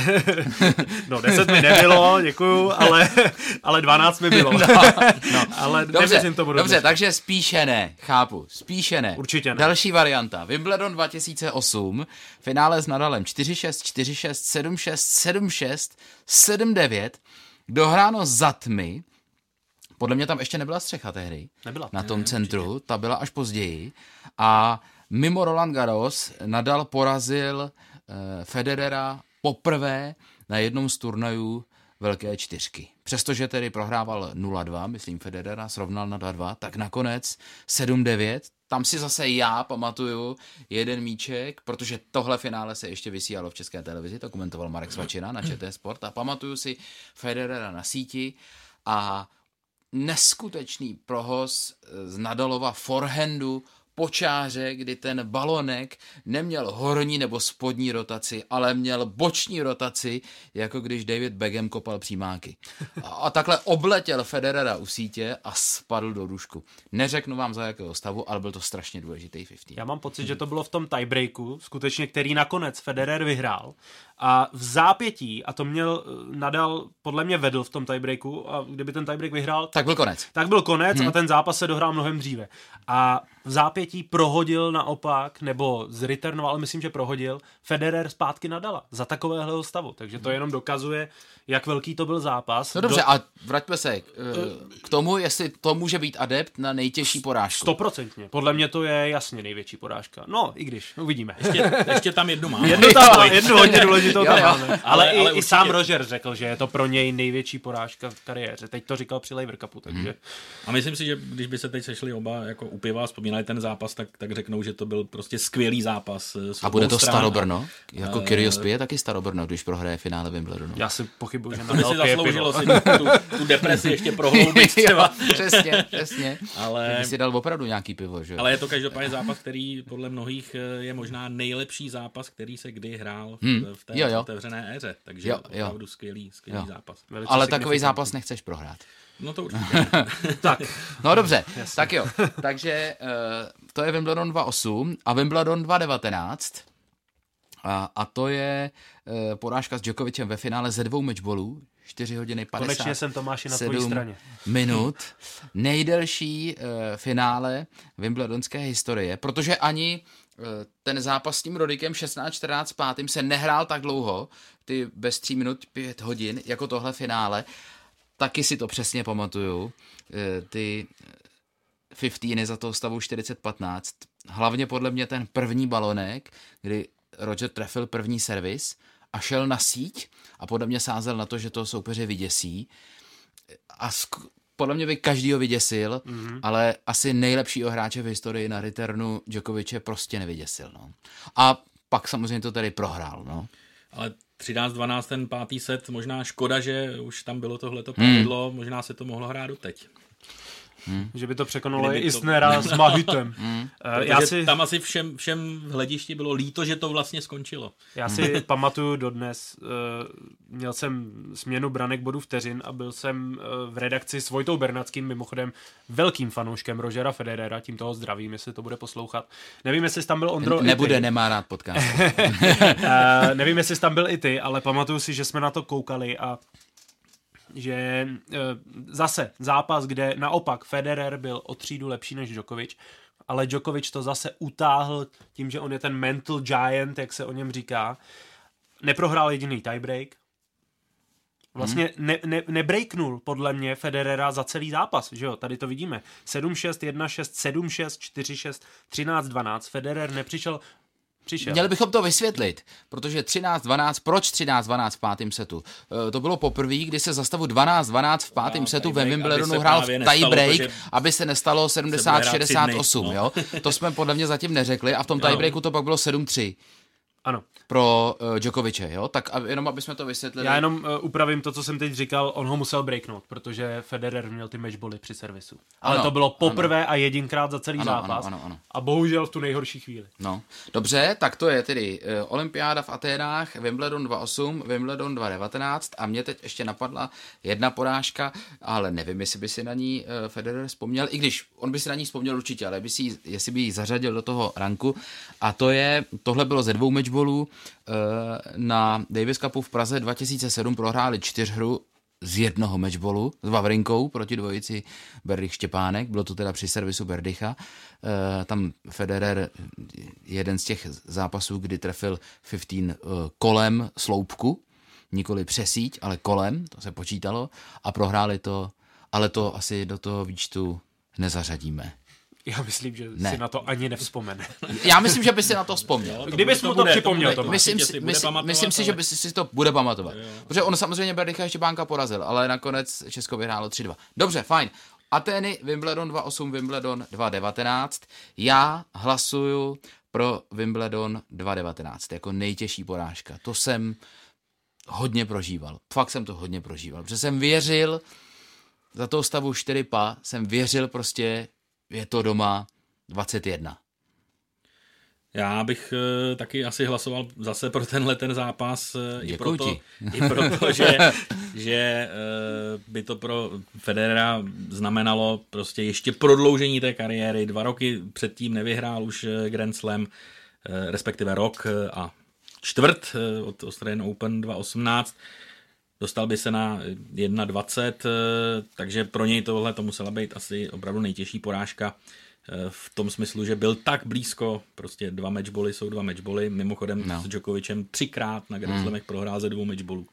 S2: No 10 mi nebylo, děkuju, ale 12 mi bylo. No. Ale nevěřím tomu.
S1: Dobře, takže spíše ne, chápu, spíše ne.
S2: Určitě ne.
S1: Další varianta, Wimbledon 2008, finále s Nadalem 4-6, 4-6, 7-6, 7-6, 7-9, dohráno za tmy, podle mě tam ještě nebyla střecha tehdy, na tom centru, ta byla až později a mimo Roland Garros Nadal porazil Federera poprvé na jednom z turnajů Velké čtyřky. Přestože tedy prohrával 0-2, myslím Federera srovnal na 2-2, tak nakonec 7-9, tam si zase já pamatuju jeden míček, protože tohle finále se ještě vysílalo v České televizi, to komentoval Marek Svačina na ČT Sport a pamatuju si Federera na síti a neskutečný prohoz z Nadalova forehandu po čáře, kdy ten balonek neměl horní nebo spodní rotaci, ale měl boční rotaci, jako když David Beckham kopal přímáky. A takhle obletěl Federera u sítě a spadl do růžku. Neřeknu vám za jakého stavu, ale byl to strašně důležitý 50.
S2: Já mám pocit, že to bylo v tom tiebreaku, skutečně, který nakonec Federer vyhrál. A v zápětí, a to měl Nadal, podle mě vedl v tom tiebreaku, a kdyby ten tiebreak vyhrál,
S1: tak byl konec.
S2: Tak byl konec a ten zápas se dohrál mnohem dříve. A v zápětí zápětí prohodil naopak, nebo zreturnoval, ale myslím, že prohodil Federer zpátky Nadala za takového stavu. Takže to jenom dokazuje, jak velký to byl zápas.
S1: No dobře, a vraťme se k tomu, jestli to může být adept na nejtěžší porážku.
S2: 100%. Podle mě to je jasně největší porážka. No, i když, uvidíme.
S3: Ještě tam jednu mám.
S2: Jednu hodně důležitou tam máme. Ale i
S3: určitě.
S2: sám Roger řekl, že je to pro něj největší porážka v kariéře. Teď to říkal při Laver Cupu, takže...
S3: A myslím si, že když by se teď sešli oba jako u piva a vzpomínali ten zápas, tak řeknou, že to byl prostě skvělý zápas.
S1: A bude to Starobrno? Jako Kyrgios pije taky Starobrno, když prohraje finále Wimbledonu.
S2: Já si pochybuju, že
S3: To by si zasloužilo si tu depresi ještě prohloubit třeba.
S1: Přesně.
S3: Ale...
S1: Kdyby si dal opravdu nějaký pivo, že?
S3: Ale je to každopádně zápas, který podle mnohých je možná nejlepší zápas, který se kdy hrál v té otevřené éře. Takže opravdu skvělý zápas.
S1: Velice ale takový zápas nechceš prohrát.
S3: No to určitě.
S2: Tak.
S1: No dobře, tak jo. Takže to je Wimbledon 2.8 a Wimbledon 2.19 a to je porážka s Djokovicem ve finále ze 2 matchballů. 4 hodiny 50.
S2: Konečně jsem Tomáši na tvojí straně.
S1: Minut. Nejdelší finále wimbledonské historie, protože ani ten zápas s tím Rodikem 16-14 s pátým se nehrál tak dlouho, ty bez 3 minut 5 hodin, jako tohle finále. Taky si to přesně pamatuju. Ty 15 za toho stavu 40-15. Hlavně podle mě ten první balonek, kdy Roger trefil první servis a šel na síť a podle mě sázel na to, že toho soupeře vyděsí. A podle mě by každýho vyděsil, ale asi nejlepšího hráče v historii na returnu Djokoviče prostě nevyděsil. No. A pak samozřejmě to tady prohrál. No.
S3: Ale 13-12 ten pátý set, možná škoda, že už tam bylo tohleto pravidlo, možná se to mohlo hrát doteď.
S2: Že by to překonalo i Isnera s Mahutem.
S3: Tam asi všem v hledišti bylo líto, že to vlastně skončilo.
S2: Já si pamatuju dodnes, měl jsem směnu branek bodu vteřin a byl jsem v redakci s Vojtou Bernackým, mimochodem velkým fanouškem Rogera Federera, tím toho zdravím, jestli to bude poslouchat. Nevím, jestli tam byl Ondro
S1: Nebude, nemá rád podcast.
S2: Nevím, jestli tam byl i ty, ale pamatuju si, že jsme na to koukali a že zase zápas, kde naopak Federer byl o třídu lepší než Djokovic, ale Djokovic to zase utáhl tím, že on je ten mental giant, jak se o něm říká. Neprohrál jediný tiebreak. Vlastně nebreaknul podle mě Federera za celý zápas, že jo, tady to vidíme. 7-6, 1-6, 7-6, 4-6, 13-12. Federer nepřišel.
S1: Měli bychom to vysvětlit, protože 13-12, proč 13-12 v pátém setu? To bylo poprvé, kdy se za stavu 12-12 v pátém setu ve Wimbledonu hrál v tiebreak, aby se nestalo 70-68, jo? To jsme podle mě zatím neřekli a v tom tiebreaku to pak bylo 7-3.
S2: Ano.
S1: Pro Djokoviče, jo? Tak jenom, aby jsme to vysvětlili.
S2: Já jenom upravím to, co jsem teď říkal, on ho musel breaknout, protože Federer měl ty matchbally při servisu. Ale to bylo poprvé a jedinkrát za celý zápas.
S1: Ano.
S2: A bohužel v tu nejhorší chvíli.
S1: No, dobře, tak to je tedy olympiáda v Aténách, Wimbledon 2.8, Wimbledon 2.19 a mě teď ještě napadla jedna porážka, ale nevím, jestli by si na ní Federer vzpomněl, i když on by si na ní vzpomněl určitě, ale jestli by ji zařadil do toho ranku. A tohle bylo ze 2 matchballů. Na Davis Cupu v Praze 2007 prohráli 4hru z 1 matchballu s Wawrinkou proti dvojici Berdych-Štěpánek. Bylo to teda při servisu Berdycha. Tam Federer jeden z těch zápasů, kdy trefil 15 kolem sloupku, nikoli přesíť, ale kolem, to se počítalo a prohráli to, ale to asi do toho výčtu nezařadíme.
S2: Já myslím, že si na to ani nevzpomene.
S1: Já myslím, že by si na to vzpomněl.
S2: Kdybys mu to připomněl, to
S1: myslím si, že by si to bude pamatovat. Protože on samozřejmě Berdycha Štěpánka porazil, ale nakonec Česko vyhrálo 3-2. Dobře, fajn. Atény, Wimbledon 2.8, Wimbledon 2.19. Já hlasuju pro Wimbledon 2.19 jako nejtěžší porážka. To jsem hodně prožíval. Fakt jsem to hodně prožíval. Protože jsem věřil, za toho stavu 4-pa, jsem věřil prostě, je to doma 21.
S3: Já bych taky asi hlasoval zase pro ten zápas. I proto, že by to pro Federera znamenalo prostě ještě prodloužení té kariéry. 2 roky předtím nevyhrál už Grand Slam, respektive rok a čtvrt od Australian Open 2018. Dostal by se na 21, takže pro něj tohle to musela být asi opravdu nejtěžší porážka v tom smyslu, že byl tak blízko, prostě 2 matchboly jsou 2 matchboly, mimochodem s Djokovicem 3krát na Grand Slamech prohrál ze 2 matchbolů.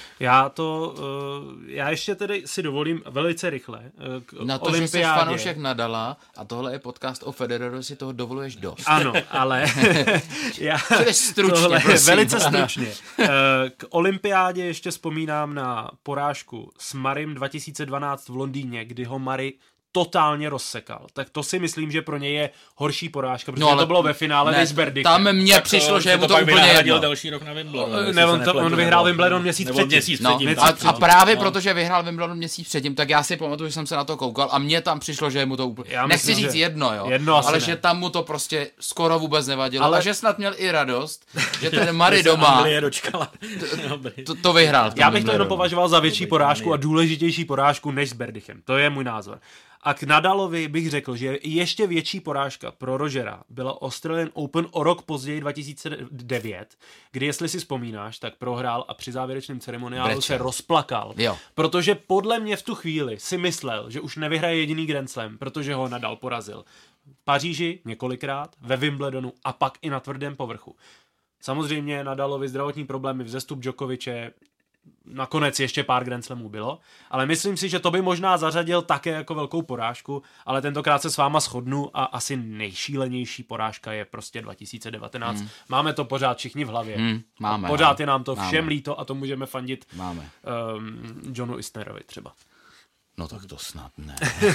S2: Já ještě tedy si dovolím velice rychle k
S1: na to,
S2: olympiádě.
S1: Že jsi fanoušek Nadala a tohle je podcast o Federerovi, si toho dovoluješ dost.
S2: Ano, ale
S1: stručně, prosím,
S2: velice stručně. K olympiádě ještě vzpomínám na porážku s Marym 2012 v Londýně, kdy ho Murray totálně rozsekal. Tak to si myslím, že pro něj je horší porážka, protože to bylo ve finále než s Berdichem.
S1: Tam mně přišlo, že mu to úplně jedno.
S3: Další rok na Wimbledon.
S2: On vyhrál Wimbledon měsíc předtím.
S1: A právě protože vyhrál Wimbledon měsíc předtím, tak já si pamatuju, že jsem se na to koukal a mně tam přišlo, že mu to úplně... Nechci říct jedno, ale že tam mu to prostě skoro vůbec nevadilo. Ale že snad měl i radost, že ten Murray doma to vyhrál.
S2: Já bych to jenom považoval za větší porážku a důležitější porážku než s Berdichem. To je můj názor. A k Nadalovi bych řekl, že ještě větší porážka pro Rogera byla Australian Open o rok později 2009, kdy, jestli si vzpomínáš, tak prohrál a při závěrečném ceremoniálu se rozplakal.
S1: Jo.
S2: Protože podle mě v tu chvíli si myslel, že už nevyhraje jediný Grand Slam, protože ho Nadal porazil. V Paříži několikrát, ve Wimbledonu a pak i na tvrdém povrchu. Samozřejmě Nadalovi zdravotní problémy, vzestup Djokoviče, nakonec ještě pár Grand Slamů bylo, ale myslím si, že to by možná zařadil také jako velkou porážku, ale tentokrát se s váma shodnu a asi nejšílenější porážka je prostě 2019. Máme to pořád všichni v hlavě.
S1: Máme.
S2: Pořád je nám to všem líto a to můžeme fandit Johnu Isnerovi třeba.
S1: No tak to snad ne.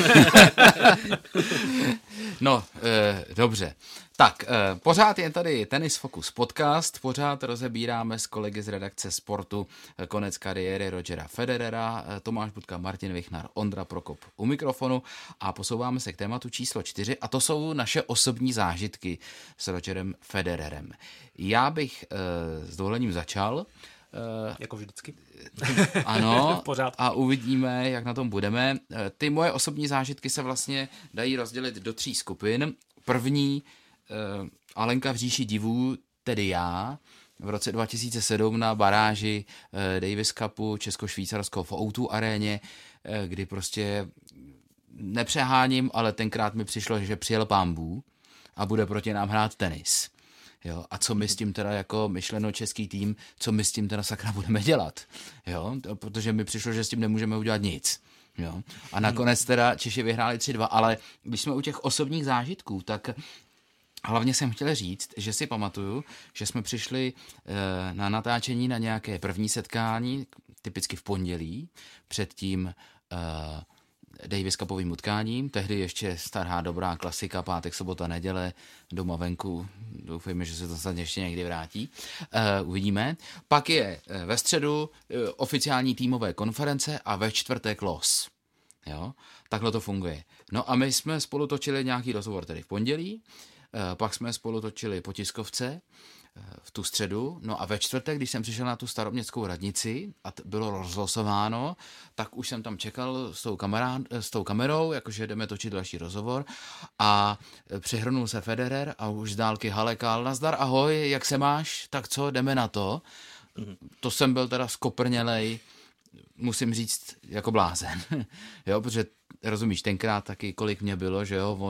S1: Dobře. Tak, pořád je tady Tenis Focus podcast, pořád rozebíráme s kolegy z redakce Sportu konec kariéry Rogera Federera, Tomáš Budka, Martin Vichnar, Ondra Prokop u mikrofonu a posouváme se k tématu číslo 4 a to jsou naše osobní zážitky s Rogerem Federerem. Já bych s dovolením začal.
S2: Jako vždycky.
S1: Ano, a uvidíme, jak na tom budeme. Ty moje osobní zážitky se vlastně dají rozdělit do 3 skupin. První, Alenka v říši divů, tedy já, v roce 2007 na baráži Davis Cupu Česko-Švýcarsko v O2 aréně, kdy prostě nepřeháním, ale tenkrát mi přišlo, že přijel pán Bůh a bude proti nám hrát tenis. Jo, a co my s tím teda jako myšleno český tým, co my s tím teda sakra budeme dělat, jo, protože mi přišlo, že s tím nemůžeme udělat nic, jo, a nakonec teda Češi vyhráli 3-2, ale když jsme u těch osobních zážitků, tak hlavně jsem chtěl říct, že si pamatuju, že jsme přišli na natáčení na nějaké první setkání, typicky v pondělí, předtím Davis Cupovým utkáním, tehdy ještě stará dobrá klasika, pátek, sobota, neděle, doma venku, doufejme, že se to snad ještě někdy vrátí, uvidíme. Pak je ve středu oficiální týmové konference a ve čtvrtek los. Jo? Takhle to funguje. No a my jsme spolu točili nějaký rozhovor tedy v pondělí, pak jsme spolu točili po tiskovce v tu středu, no a ve čtvrtek, když jsem přišel na tu staroměstskou radnici a bylo rozlosováno, tak už jsem tam čekal s tou kamerou, jakože jdeme točit další rozhovor a přihrnul se Federer a už z dálky halekal, nazdar, ahoj, jak se máš, tak co, jdeme na to. To jsem byl teda skoprnělej, musím říct, jako blázen, jo, protože rozumíš, tenkrát taky, kolik mě bylo, že jo,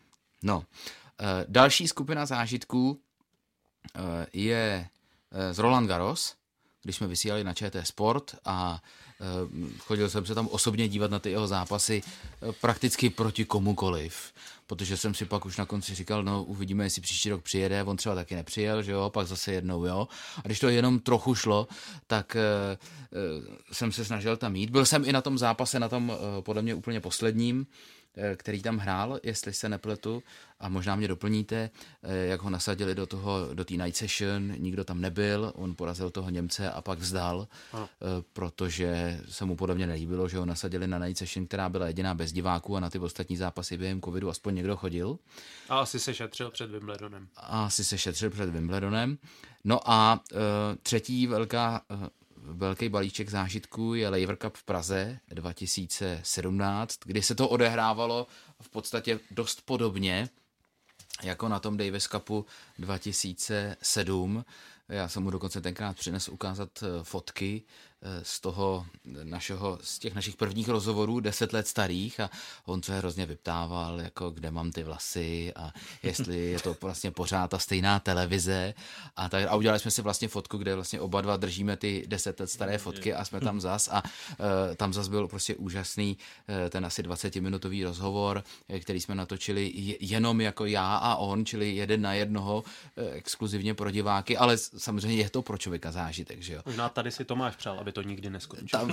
S1: další skupina zážitků je z Roland Garros, když jsme vysílali na ČT Sport a chodil jsem se tam osobně dívat na ty jeho zápasy prakticky proti komukoliv, protože jsem si pak už na konci říkal, no uvidíme, jestli příští rok přijede, on třeba taky nepřijel, že jo, pak zase jednou, jo. A když to jenom trochu šlo, tak jsem se snažil tam jít. Byl jsem i na tom zápase, na tom podle mě úplně posledním, který tam hrál, jestli se nepletu, a možná mě doplníte, jak ho nasadili do té night session, nikdo tam nebyl, on porazil toho Němce a pak vzdal, protože se mu podle mě nelíbilo, že ho nasadili na night session, která byla jediná bez diváků a na ty ostatní zápasy během covidu aspoň někdo chodil.
S2: A asi se šetřil před Wimbledonem. No a třetí velký balíček zážitků je Laver Cup v Praze 2017, kdy se to odehrávalo v podstatě dost podobně jako na tom Davis Cupu 2007. Já jsem mu dokonce tenkrát přinesl ukázat fotky
S1: z těch našich prvních rozhovorů 10 let starých a on se hrozně vyptával, jako kde mám ty vlasy a jestli je to vlastně pořád ta stejná televize a udělali jsme si vlastně fotku, kde vlastně oba dva držíme ty 10 let staré fotky a jsme tam zas a tam zas byl prostě úžasný ten asi 20-minutový rozhovor, který jsme natočili jenom jako já a on, čili jeden na jednoho, exkluzivně pro diváky, ale samozřejmě je to pro člověka zážitek, že jo.
S2: Možná tady si Tomáš přál, aby to nikdy neskončilo.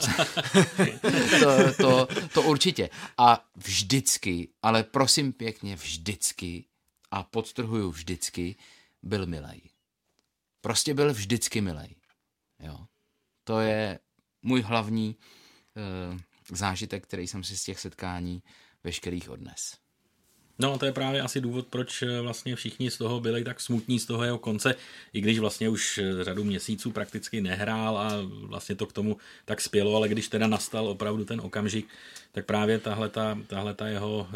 S1: To určitě. A vždycky, ale prosím pěkně vždycky, a podtrhuju vždycky, byl milej. Prostě byl vždycky milej. Jo. To je můj hlavní zážitek, který jsem si z těch setkání veškerých odnes.
S3: No, to je právě asi důvod, proč vlastně všichni z toho byli tak smutní z toho jeho konce, i když vlastně už řadu měsíců prakticky nehrál a vlastně to k tomu tak spělo, ale když teda nastal opravdu ten okamžik, tak právě tahleta jeho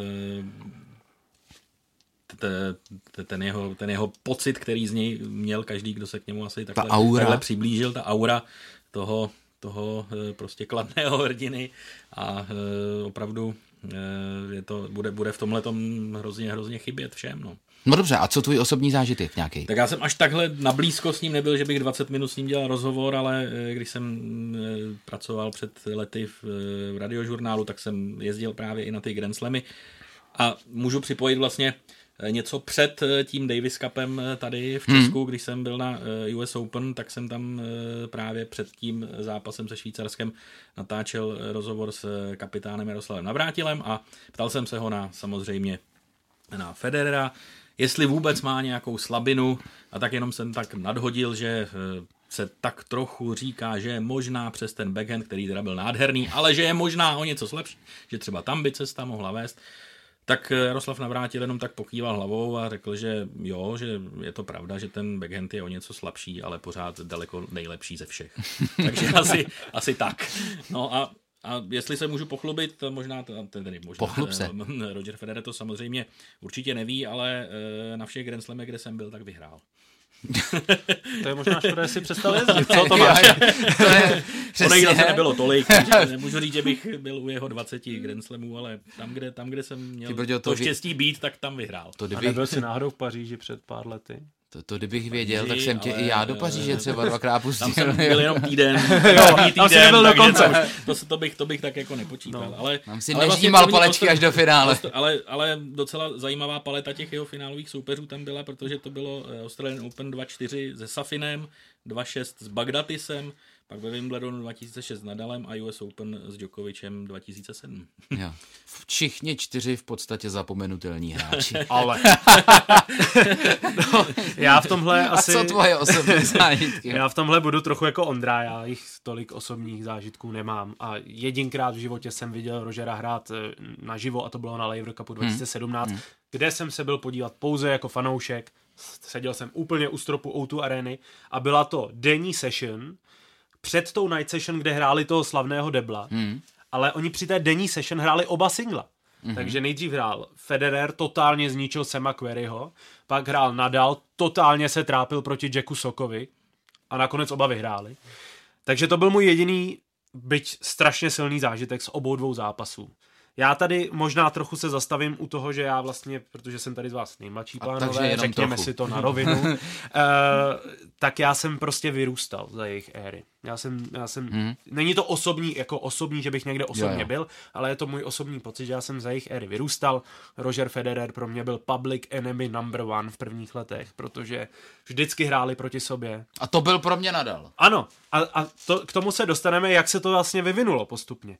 S3: ten jeho pocit, který z něj měl každý, kdo se k němu asi takhle přiblížil, ta aura toho prostě kladného hrdiny a opravdu bude v tomhletom hrozně chybět všem.
S1: No dobře, a co tvůj osobní zážitek nějaký?
S3: Tak já jsem až takhle na blízko s ním nebyl, že bych 20 minut s ním dělal rozhovor, ale když jsem pracoval před lety v radiožurnálu, tak jsem jezdil právě i na ty Grand Slamy a můžu připojit vlastně něco před tím Davis Cupem tady v Česku, když jsem byl na US Open, tak jsem tam právě před tím zápasem se Švýcarskem natáčel rozhovor s kapitánem Jaroslavem Navrátilem a ptal jsem se ho samozřejmě na Federera, jestli vůbec má nějakou slabinu a tak jenom jsem tak nadhodil, že se tak trochu říká, že je možná přes ten backhand, který teda byl nádherný, ale že je možná o něco slabší, že třeba tam by cesta mohla vést. Tak Jaroslav Navrátil jenom tak pokýval hlavou a řekl, že jo, že je to pravda, že ten backhand je o něco slabší, ale pořád daleko nejlepší ze všech. Takže asi tak. No a jestli se můžu pochlubit, možná Roger Federer to samozřejmě určitě neví, ale na všech Grand Slamech, kde jsem byl, tak vyhrál.
S2: To je možná škoda, si přestal jezdit. Co to máš?
S3: Ono zase nebylo tolik, nemůžu říct, že bych byl u jeho 20 Grand Slamů, ale tam, kde jsem měl to štěstí být, tak tam vyhrál.
S2: A nebyl jsi náhodou v Paříži před pár lety?
S1: To kdybych věděl, tak jsem tě i já do Paříže třeba 2krát pustil.
S3: Tam jsem byl jenom týden.
S2: Tam jsi nebyl do konce.
S3: To bych tak jako nepočítal. Ale,
S1: tam si nežímal palečky až do finále.
S3: Ale docela zajímavá paleta těch jeho finálových soupeřů tam byla, protože to bylo Australian Open 2-4 se Safinem, 2-6 s Bagdatisem, pak ve Wimbledonu 2006 s Nadalem a US Open s Djokovicem 2007.
S1: Jo. Všichni 4 v podstatě zapomenutelní hráči.
S2: Ale. Já v tomhle asi...
S1: A co tvoje osobní zážitky?
S2: Já v tomhle budu trochu jako Ondra, já jich tolik osobních zážitků nemám. A jedinkrát v životě jsem viděl Rogera hrát naživo a to bylo na Laver Cupu 2017, kde jsem se byl podívat pouze jako fanoušek. Seděl jsem úplně u stropu O2 Areny a byla to denní session před tou night session, kde hráli toho slavného debla, ale oni při té denní session hráli oba singla. Takže nejdřív hrál Federer, totálně zničil Sama Querreyho, pak hrál Nadal, totálně se trápil proti Jacku Sockovi a nakonec oba vyhráli. Takže to byl můj jediný, byť strašně silný zážitek z obou dvou zápasů. Já tady možná trochu se zastavím u toho, že já vlastně, protože jsem tady z vás nejmladší pánové, řekněme si to na rovinu, tak já jsem prostě vyrůstal za jejich éry. Já jsem není to osobní, že bych někde osobně byl, ale je to můj osobní pocit, že já jsem za jejich éry vyrůstal. Roger Federer pro mě byl public enemy number one v prvních letech, protože vždycky hráli proti sobě.
S1: A to byl pro mě Nadal.
S2: Ano, a k tomu se dostaneme, jak se to vlastně vyvinulo postupně.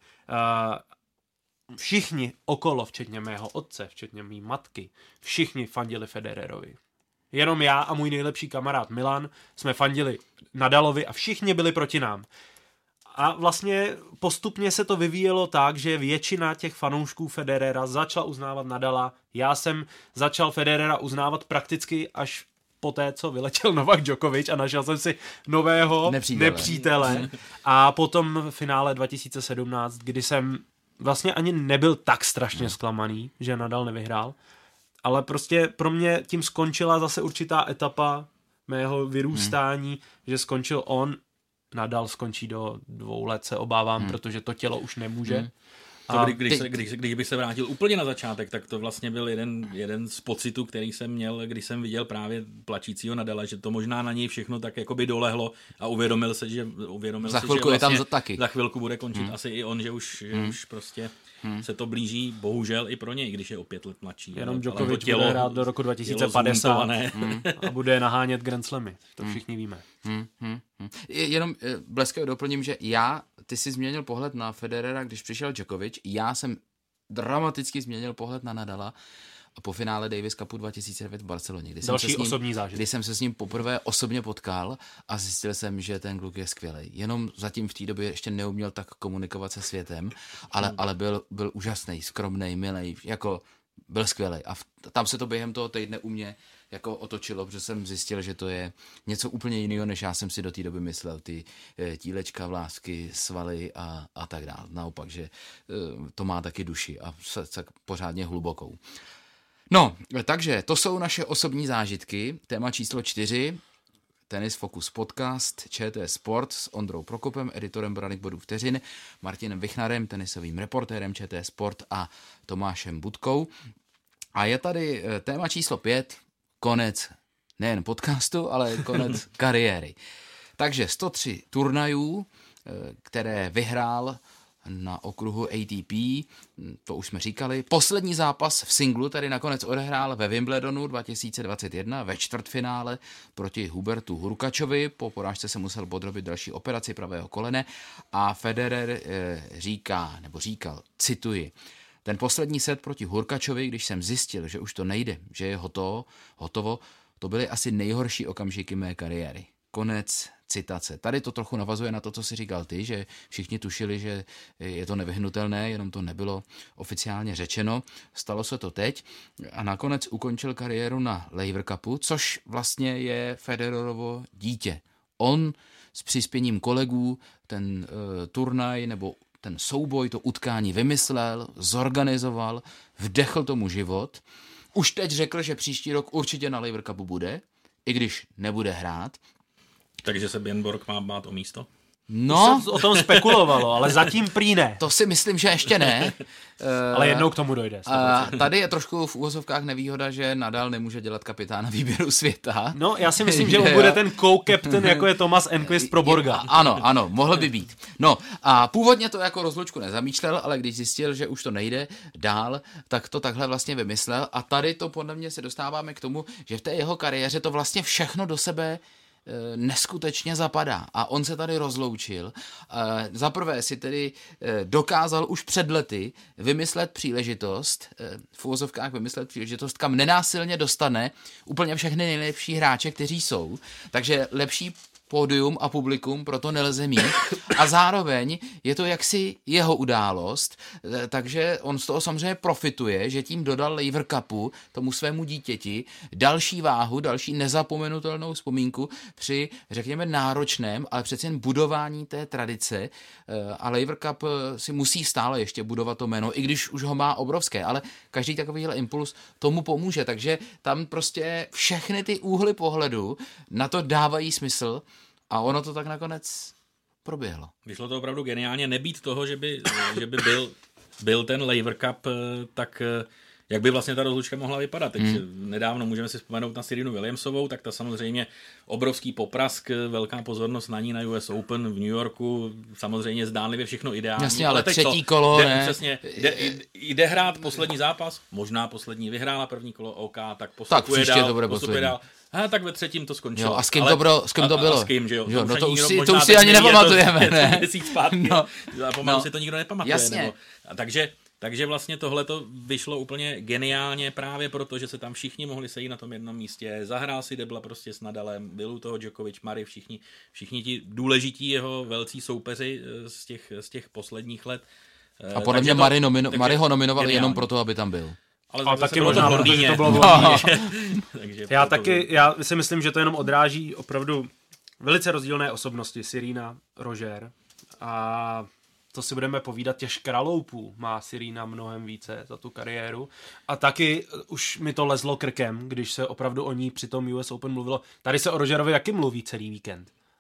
S2: Všichni okolo, včetně mého otce, včetně mý matky, všichni fandili Federerovi. Jenom já a můj nejlepší kamarád Milan jsme fandili Nadalovi a všichni byli proti nám. A vlastně postupně se to vyvíjelo tak, že většina těch fanoušků Federera začala uznávat Nadala. Já jsem začal Federera uznávat prakticky až poté, co vyletěl Novak Djokovic a našel jsem si nového nepřítele. A potom v finále 2017, kdy jsem vlastně ani nebyl tak strašně zklamaný, že Nadal nevyhrál, ale prostě pro mě tím skončila zase určitá etapa mého vyrůstání, že skončil on Nadal skončí do 2 let, se obávám, protože to tělo už nemůže.
S3: Když bych se vrátil úplně na začátek, tak to vlastně byl jeden z pocitů, který jsem měl, když jsem viděl právě plačícího Nadala, že to možná na něj všechno tak jakoby dolehlo a uvědomil si, že
S1: vlastně
S3: za chvilku bude končit asi i on, že už prostě se to blíží, bohužel i pro něj, když je o 5 let mladší.
S2: Jenom Djokovic bude hrát do roku 2050 a bude nahánět Grand Slamy. To všichni víme.
S1: Jenom bleskově doplním, že ty jsi změnil pohled na Federera, když přišel Djokovic, já jsem dramaticky změnil pohled na Nadala po finále Davis Cupu 2009 v Barceloně.
S2: Další osobní zážitek.
S1: Kdy jsem se s ním poprvé osobně potkal a zjistil jsem, že ten kluk je skvělej. Jenom zatím v té době ještě neuměl tak komunikovat se světem, ale byl úžasný, skromný, milej, jako byl skvělej. A tam se to během toho týdne u mě jako otočilo, protože jsem zjistil, že to je něco úplně jiného, než já jsem si do té doby myslel. Ty tílečka, vlásky, svaly a tak dále. Naopak, že to má taky duši a se pořádně hlubokou. No, takže to jsou naše osobní zážitky. Téma číslo 4, Tenis Focus podcast, ČT Sport s Ondrou Prokopem, editorem Branik bodů vteřin, Martinem Vichnarem, tenisovým reportérem ČT Sport a Tomášem Budkou. A je tady téma číslo 5, konec nejen podcastu, ale konec kariéry. Takže 103 turnajů, které vyhrál na okruhu ATP, to už jsme říkali. Poslední zápas v singlu tady nakonec odehrál ve Wimbledonu 2021 ve čtvrtfinále proti Hubertu Hurkačovi. Po porážce se musel podrobit další operaci pravého kolene a Federer říkal, cituji, ten poslední set proti Hurkačovi, když jsem zjistil, že už to nejde, že je hotovo, to byly asi nejhorší okamžiky mé kariéry. Konec citace. Tady to trochu navazuje na to, co jsi říkal ty, že všichni tušili, že je to nevyhnutelné, jenom to nebylo oficiálně řečeno. Stalo se to teď a nakonec ukončil kariéru na Laver Cupu, což vlastně je Federerovo dítě. On s přispěním kolegů ten turnaj nebo ten souboj, to utkání vymyslel, zorganizoval, vdechl tomu život. Už teď řekl, že příští rok určitě na Laver Cupu bude, i když nebude hrát.
S3: Takže se Björn má bát o místo?
S2: No, o tom spekulovalo, ale zatím prý ne.
S1: To si myslím, že ještě ne.
S2: Ale jednou k tomu dojde.
S1: Tady je trošku v úvozovkách nevýhoda, že Nadal nemůže dělat kapitána výběru světa.
S2: No, já si myslím, že on bude ten co-captain, jako je Thomas Enqvist pro Borga.
S1: Ano, mohl by být. No a původně to jako rozlučku nezamýšlel, ale když zjistil, že už to nejde dál, tak to takhle vlastně vymyslel. A tady to podle mě se dostáváme k tomu, že v té jeho kariéře to vlastně všechno do sebe neskutečně zapadá. A on se tady rozloučil. Zaprvé si tedy dokázal už před lety vymyslet příležitost, v uvozovkách vymyslet příležitost, kam nenásilně dostane úplně všechny nejlepší hráče, kteří jsou. Takže lepší pódium a publikum proto nelze mít. A zároveň je to jaksi jeho událost, takže on z toho samozřejmě profituje, že tím dodal Laver Cupu, tomu svému dítěti, další váhu, další nezapomenutelnou vzpomínku při, řekněme, náročném, ale přeci jen budování té tradice. A Laver Cup si musí stále ještě budovat to jméno, i když už ho má obrovské, ale každý takovýhle impuls tomu pomůže. Takže tam prostě všechny ty úhly pohledu na to dávají smysl. A ono to tak nakonec proběhlo.
S3: Vyšlo to opravdu geniálně. Nebýt toho, že by byl ten Laver Cup, tak jak by vlastně ta rozlučka mohla vypadat. Teď nedávno můžeme si vzpomenout na Serenu Williamsovou, tak ta samozřejmě obrovský poprask, velká pozornost na ní na US Open v New Yorku, samozřejmě zdánlivě všechno ideální.
S1: Jasně, ale třetí kolo, ne?
S3: Přesně, jde hrát poslední zápas, možná poslední, vyhrála první kolo, OK, tak postupuje dál. Tak ve třetím to skončilo.
S1: Jo, a s kým to bylo?
S3: S kým, že jo?
S1: No to už si ani nepamatujeme, ne?
S3: Pomalu si to nikdo nepamatuje.
S1: Jasně.
S3: Takže vlastně tohle to vyšlo úplně geniálně právě proto, že se tam všichni mohli sejít na tom jednom místě. Zahrál si Debla prostě s Nadalem, byl u toho Djokovic, Murray, všichni ti důležití jeho velcí soupeři z těch posledních let.
S1: A podle mě Murray ho nominoval jenom proto, aby tam byl.
S2: Ale taky možná, protože to bylo v Londýně. Já si myslím, že to jenom odráží opravdu velice rozdílné osobnosti. Serena, Roger a to si budeme povídat, těch škraloupů má Serena mnohem více za tu kariéru. A taky už mi to lezlo krkem, když se opravdu o ní při tom US Open mluvilo. Tady se o Rogerovi taky mluví celý víkend.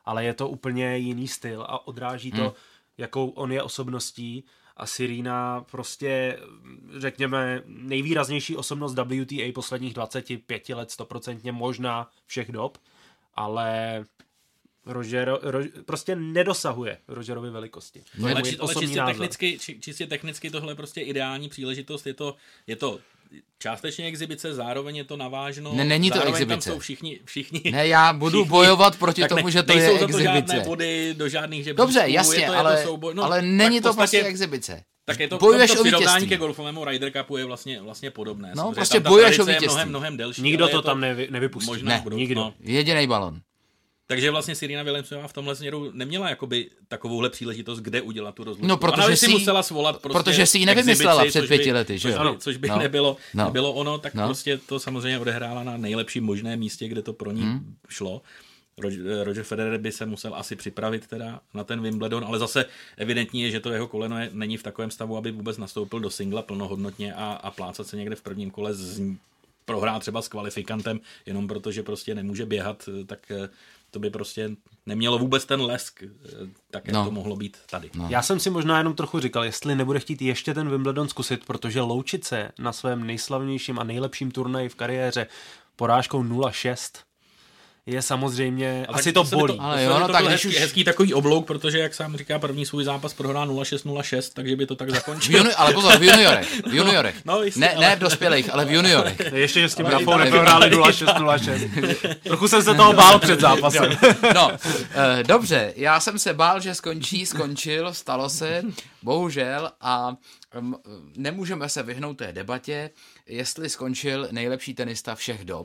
S2: ale je to úplně jiný styl a odráží to, jakou on je osobností. A Serena prostě, řekněme, nejvýraznější osobnost WTA posledních 25 let, 100% možná všech dob, ale Roger prostě nedosahuje Rogerovy velikosti.
S3: No, ale čistě technicky tohle prostě ideální příležitost, je to částečně exibice, zároveň je to navážno.
S1: Není to
S3: zároveň
S1: exibice.
S3: Tam jsou všichni.
S1: Ne, já budu bojovat proti tomu, že to je exibice.
S3: Nejsou za to žádné body do žádných žebříčků.
S1: Dobře, jasně, ale není to prostě exibice.
S3: Tak je to přirovnání ke golfovému Ryder Cupu je vlastně podobné.
S1: No, prostě bojuješ o vítězství.
S3: Mnohem delší.
S2: Nikdo to tam nevypustí.
S1: Ne, nikdo. Jedinej balon.
S3: Takže vlastně Serena Williamsová v tomhle směru neměla jakoby takovouhle příležitost, kde udělat tu rozlučku.
S1: No, protože
S3: si musela svolat prostě
S1: protože si ji nevymyslela před 5 lety, že jo?
S3: Což by nebylo ono, tak prostě to samozřejmě odehrála na nejlepším možném místě, kde to pro ní šlo. Roger Federer by se musel asi připravit teda na ten Wimbledon, ale zase evidentní je, že to jeho koleno není v takovém stavu, aby vůbec nastoupil do singla plnohodnotně a plácat se někde v prvním kole prohrát třeba s kvalifikantem, jenom protože prostě nemůže běhat, tak to by prostě nemělo vůbec ten lesk, tak jak to mohlo být tady.
S2: No. Já jsem si možná jenom trochu říkal, jestli nebude chtít ještě ten Wimbledon zkusit, protože loučit se na svém nejslavnějším a nejlepším turnaji v kariéře porážkou 0-6 je samozřejmě,
S3: ale
S2: asi to bolí.
S3: Ale jo, no tak hezký takový oblouk, protože jak sám říká, první svůj zápas prohrál 0-6, takže by to tak zakončil.
S1: Ale pozor, v juniorech.
S3: No, jistě,
S1: ne v dospělých, ale v juniorech.
S2: Ještě, že s tím grafou neprohráli 0-6. Trochu jsem se toho bál před zápasem.
S1: No, dobře, já jsem se bál, že skončil, stalo se, bohužel, a nemůžeme se vyhnout té debatě, jestli skončil nejlepší tenista všech dob.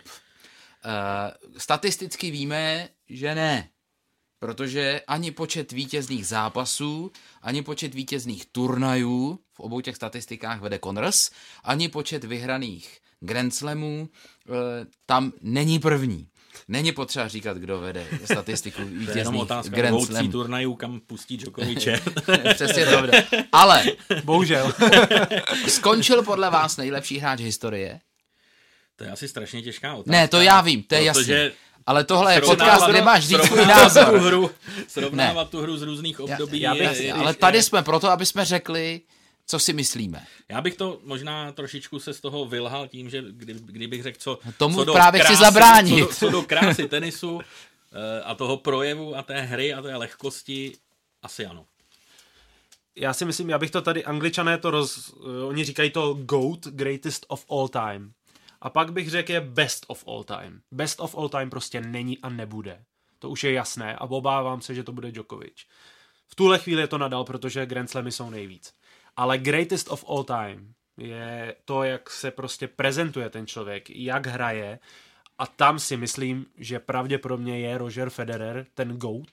S1: Statisticky víme, že ne, protože ani počet vítězných zápasů, ani počet vítězných turnajů v obou těch statistikách vede Connors, ani počet vyhraných Grand Slamů tam není první. Není potřeba říkat, kdo vede statistiku vítězných Grand Slamů.
S3: Turnajů, kam pustí Djokoviče.
S1: Přesně to bude. Ale
S2: bohužel
S1: skončil podle vás nejlepší hráč historie?
S3: To je asi strašně těžká otázka.
S1: Ne, to já vím, to je jasné. Ale tohle je podcast, kde máš říct svůj názor.
S3: Srovnávat tu hru z různých období.
S1: Ale tady jsme proto, aby jsme řekli, co si myslíme.
S3: Já bych to možná trošičku se z toho vylhal tím, že kdybych řekl,
S1: tomu právě chci zabránit.
S3: Co do krásy tenisu a toho projevu a té hry a té lehkosti, asi ano.
S2: Já si myslím, já bych to tady, Angličané oni říkají to GOAT, greatest of all time. A pak bych řekl je best of all time. Best of all time prostě není a nebude. To už je jasné a obávám se, že to bude Djokovic. V tuhle chvíli je to Nadal, protože Grand Slamy jsou nejvíc. Ale greatest of all time je to, jak se prostě prezentuje ten člověk, jak hraje, a tam si myslím, že pravděpodobně je Roger Federer ten GOAT,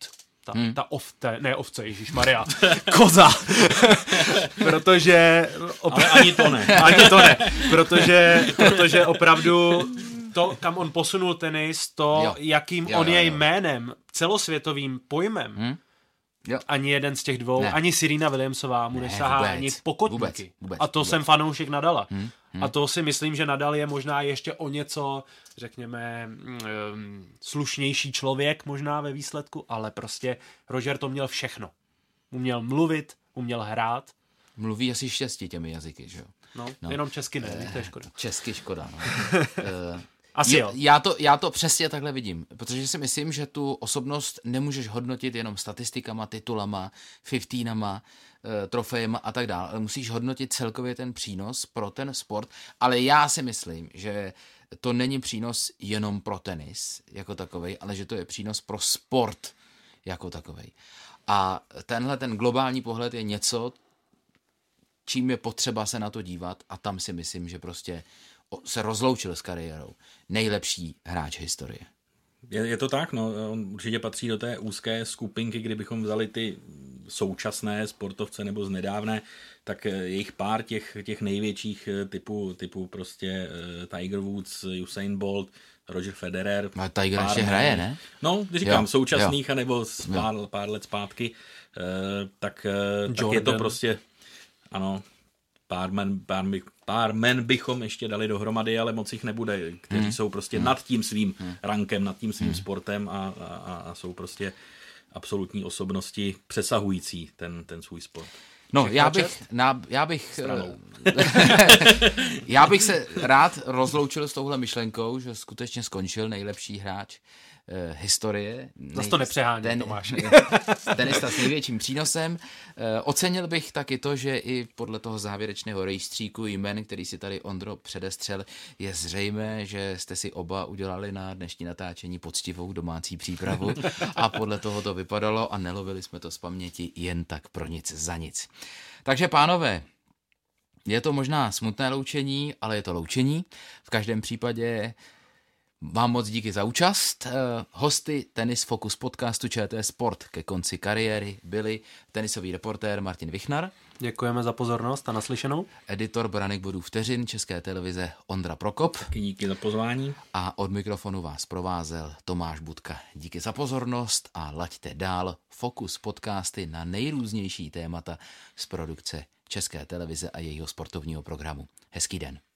S2: ovce, ježišmarja, koza. Protože...
S3: Ale ani to ne.
S2: Ani to ne. Protože opravdu to, kam on posunul tenis, jakým on je jménem, celosvětovým pojmem, ani jeden z těch dvou, ani Serena Williamsová mu nesahá ani pokotníky.
S1: Vůbec.
S2: A to jsem fanoušek Nadala. A to si myslím, že Nadal je možná ještě o něco, řekněme, slušnější člověk možná ve výsledku, ale prostě Roger to měl všechno. Uměl mluvit, uměl hrát.
S1: Mluví asi štěstí těmi jazyky, že jo?
S2: No, jenom česky ne, to je škoda.
S1: Česky škoda, no.
S2: Asi jo.
S1: Já to přesně takhle vidím, protože si myslím, že tu osobnost nemůžeš hodnotit jenom statistikama, titulama, 15, trofejema a tak dále. Musíš hodnotit celkově ten přínos pro ten sport, ale já si myslím, že to není přínos jenom pro tenis jako takovej, ale že to je přínos pro sport jako takovej. A tenhle ten globální pohled je něco, čím je potřeba se na to dívat, a tam si myslím, že prostě se rozloučil s kariérou nejlepší hráč historie.
S3: Je to tak, no, on určitě patří do té úzké skupinky, kdybychom vzali ty současné sportovce nebo z nedávné, tak jejich pár těch největších typu prostě Tiger Woods, Usain Bolt, Roger Federer.
S1: A Tiger ještě hraje, ne?
S3: No, když říkám současných, anebo pár let zpátky, tak je to prostě, ano, pár men bychom ještě dali dohromady, ale moc jich nebude, kteří jsou prostě nad tím svým rankem, nad tím svým sportem a jsou prostě absolutní osobnosti přesahující ten svůj sport.
S1: No, já bych se rád rozloučil s touhle myšlenkou, že skutečně skončil nejlepší hráč historie.
S2: Zas to nepřehání, Tomáš.
S1: Tenista s největším přínosem. Ocenil bych taky to, že i podle toho závěrečného rejstříku jmen, který si tady Ondro předestřel, je zřejmé, že jste si oba udělali na dnešní natáčení poctivou domácí přípravu a podle toho to vypadalo a nelovili jsme to z paměti jen tak pro nic za nic. Takže pánové, je to možná smutné loučení, ale je to loučení. V každém případě vám moc díky za účast. Hosty Tenis Focus podcastu ČT Sport ke konci kariéry byli tenisový reportér Martin Vichnar.
S2: Děkujeme za pozornost a naslyšenou.
S1: Editor Branek bodů vteřin České televize Ondra Prokop.
S3: Díky za pozvání.
S1: A od mikrofonu vás provázel Tomáš Budka. Díky za pozornost a laďte dál Focus podcasty na nejrůznější témata z produkce České televize a jejího sportovního programu. Hezký den.